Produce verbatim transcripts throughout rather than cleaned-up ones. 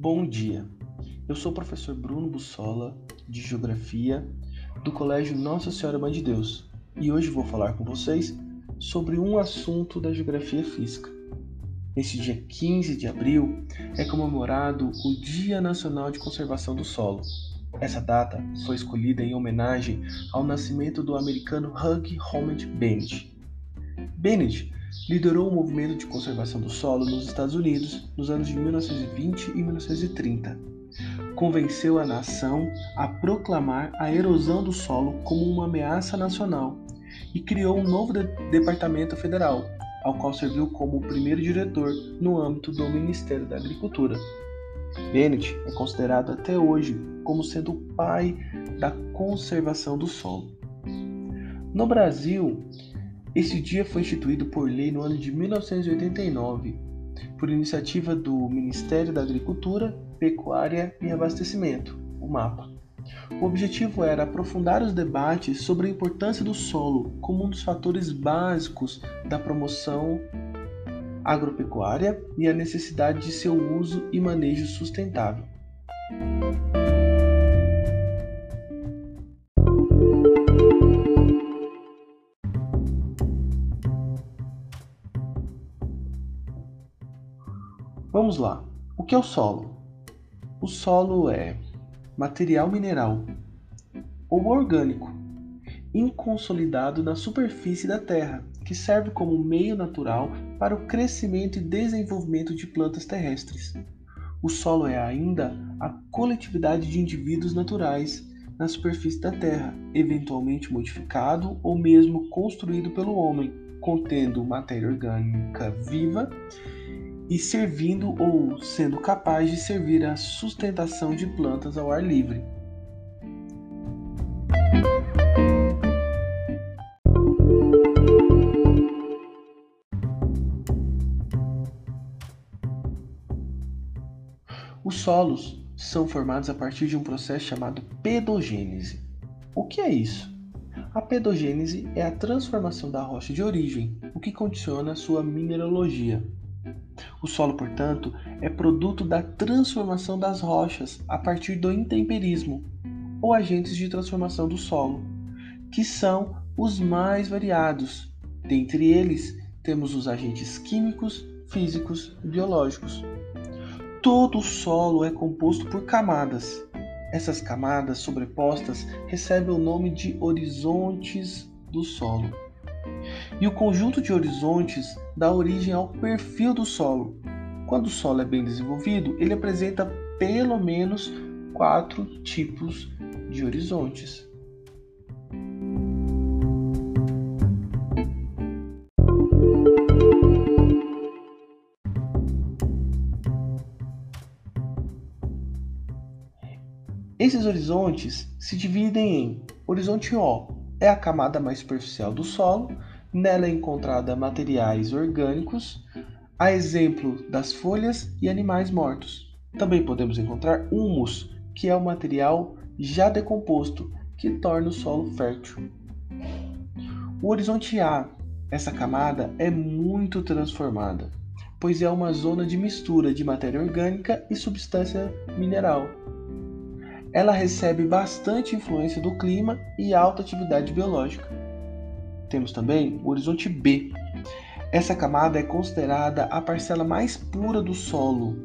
Bom dia, eu sou o professor Bruno Bussola, de Geografia, do Colégio Nossa Senhora Mãe de Deus, e hoje vou falar com vocês sobre um assunto da Geografia Física. Nesse dia quinze de abril é comemorado o Dia Nacional de Conservação do Solo. Essa data foi escolhida em homenagem ao nascimento do americano Hugh Owens Bennett. Bennett liderou o movimento de conservação do solo nos Estados Unidos nos anos de mil novecentos e vinte e mil novecentos e trinta. Convenceu a nação a proclamar a erosão do solo como uma ameaça nacional e criou um novo de- departamento federal, ao qual serviu como o primeiro diretor no âmbito do Ministério da Agricultura. Bennett é considerado até hoje como sendo o pai da conservação do solo. No Brasil, esse dia foi instituído por lei no ano de mil novecentos e oitenta e nove, por iniciativa do Ministério da Agricultura, Pecuária e Abastecimento, o MAPA. O objetivo era aprofundar os debates sobre a importância do solo como um dos fatores básicos da promoção agropecuária e a necessidade de seu uso e manejo sustentável. Vamos lá. O que é o solo? O solo é material mineral ou orgânico, inconsolidado na superfície da terra, que serve como meio natural para o crescimento e desenvolvimento de plantas terrestres. O solo é ainda a coletividade de indivíduos naturais na superfície da terra, eventualmente modificado ou mesmo construído pelo homem, contendo matéria orgânica viva e servindo ou sendo capaz de servir à sustentação de plantas ao ar livre. Os solos são formados a partir de um processo chamado pedogênese. O que é isso? A pedogênese é a transformação da rocha de origem, o que condiciona a sua mineralogia. O solo, portanto, é produto da transformação das rochas a partir do intemperismo, ou agentes de transformação do solo, que são os mais variados. Dentre eles, temos os agentes químicos, físicos e biológicos. Todo o solo é composto por camadas. Essas camadas sobrepostas recebem o nome de horizontes do solo. E o conjunto de horizontes dá origem ao perfil do solo. Quando o solo é bem desenvolvido, ele apresenta pelo menos quatro tipos de horizontes. Esses horizontes se dividem em horizonte O, é a camada mais superficial do solo, nela é encontrada materiais orgânicos, a exemplo das folhas e animais mortos. Também podemos encontrar humus, que é o material já decomposto, que torna o solo fértil. O horizonte A, essa camada é muito transformada, pois é uma zona de mistura de matéria orgânica e substância mineral. Ela recebe bastante influência do clima e alta atividade biológica. Temos também o horizonte B. Essa camada é considerada a parcela mais pura do solo.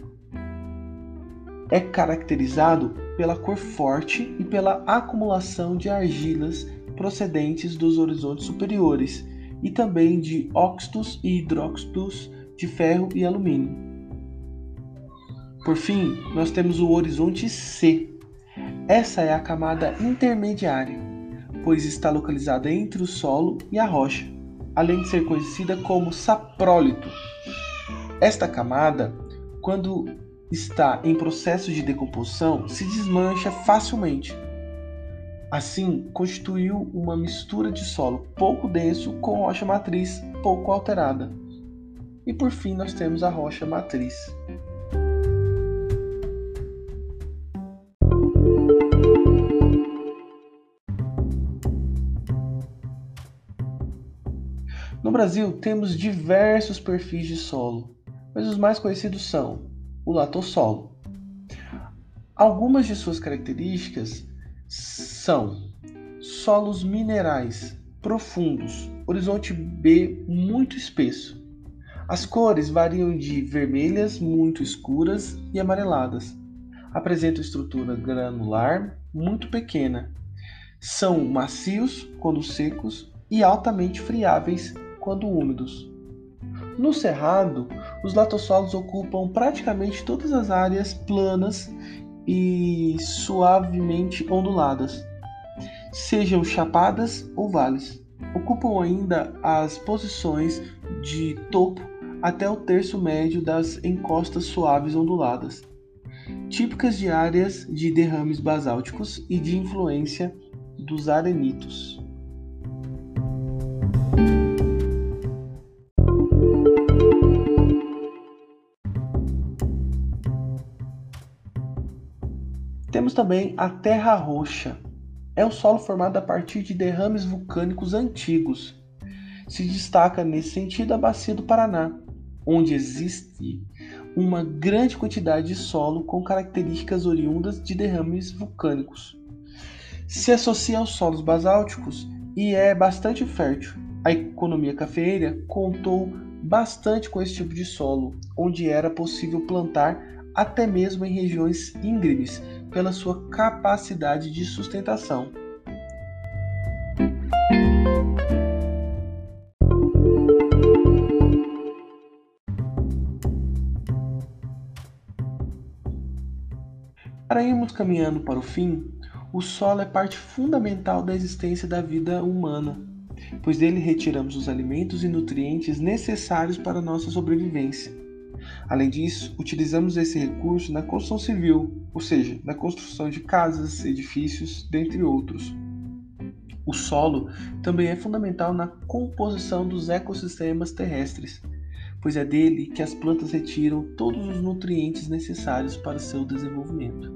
É caracterizado pela cor forte e pela acumulação de argilas procedentes dos horizontes superiores e também de óxidos e hidróxidos de ferro e alumínio. Por fim, nós temos o horizonte C. Essa é a camada intermediária, pois está localizada entre o solo e a rocha, além de ser conhecida como saprólito. Esta camada, quando está em processo de decomposição, se desmancha facilmente. Assim, constituiu uma mistura de solo pouco denso com rocha matriz pouco alterada. E por fim, nós temos a rocha matriz. No Brasil, temos diversos perfis de solo, mas os mais conhecidos são o latossolo, Algumas de suas características são solos minerais profundos, horizonte B muito espesso. As cores variam de vermelhas muito escuras e amareladas. Apresentam estrutura granular muito pequena. São macios quando secos e altamente friáveis quando úmidos. No cerrado, os latossolos ocupam praticamente todas as áreas planas e suavemente onduladas, sejam chapadas ou vales. Ocupam ainda as posições de topo até o terço médio das encostas suaves onduladas, típicas de áreas de derrames basálticos e de influência dos arenitos. Temos também a terra roxa. É um solo formado a partir de derrames vulcânicos antigos. Se destaca nesse sentido a Bacia do Paraná, onde existe uma grande quantidade de solo com características oriundas de derrames vulcânicos. Se associa aos solos basálticos e é bastante fértil. A economia cafeeira contou bastante com esse tipo de solo, onde era possível plantar até mesmo em regiões íngremes, pela sua capacidade de sustentação. Para irmos caminhando para o fim, o solo é parte fundamental da existência da vida humana, pois dele retiramos os alimentos e nutrientes necessários para a nossa sobrevivência. Além disso, utilizamos esse recurso na construção civil, ou seja, na construção de casas, edifícios, dentre outros. O solo também é fundamental na composição dos ecossistemas terrestres, pois é dele que as plantas retiram todos os nutrientes necessários para seu desenvolvimento.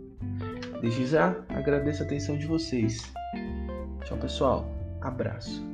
Desde já, agradeço a atenção de vocês. Tchau, pessoal. Abraço.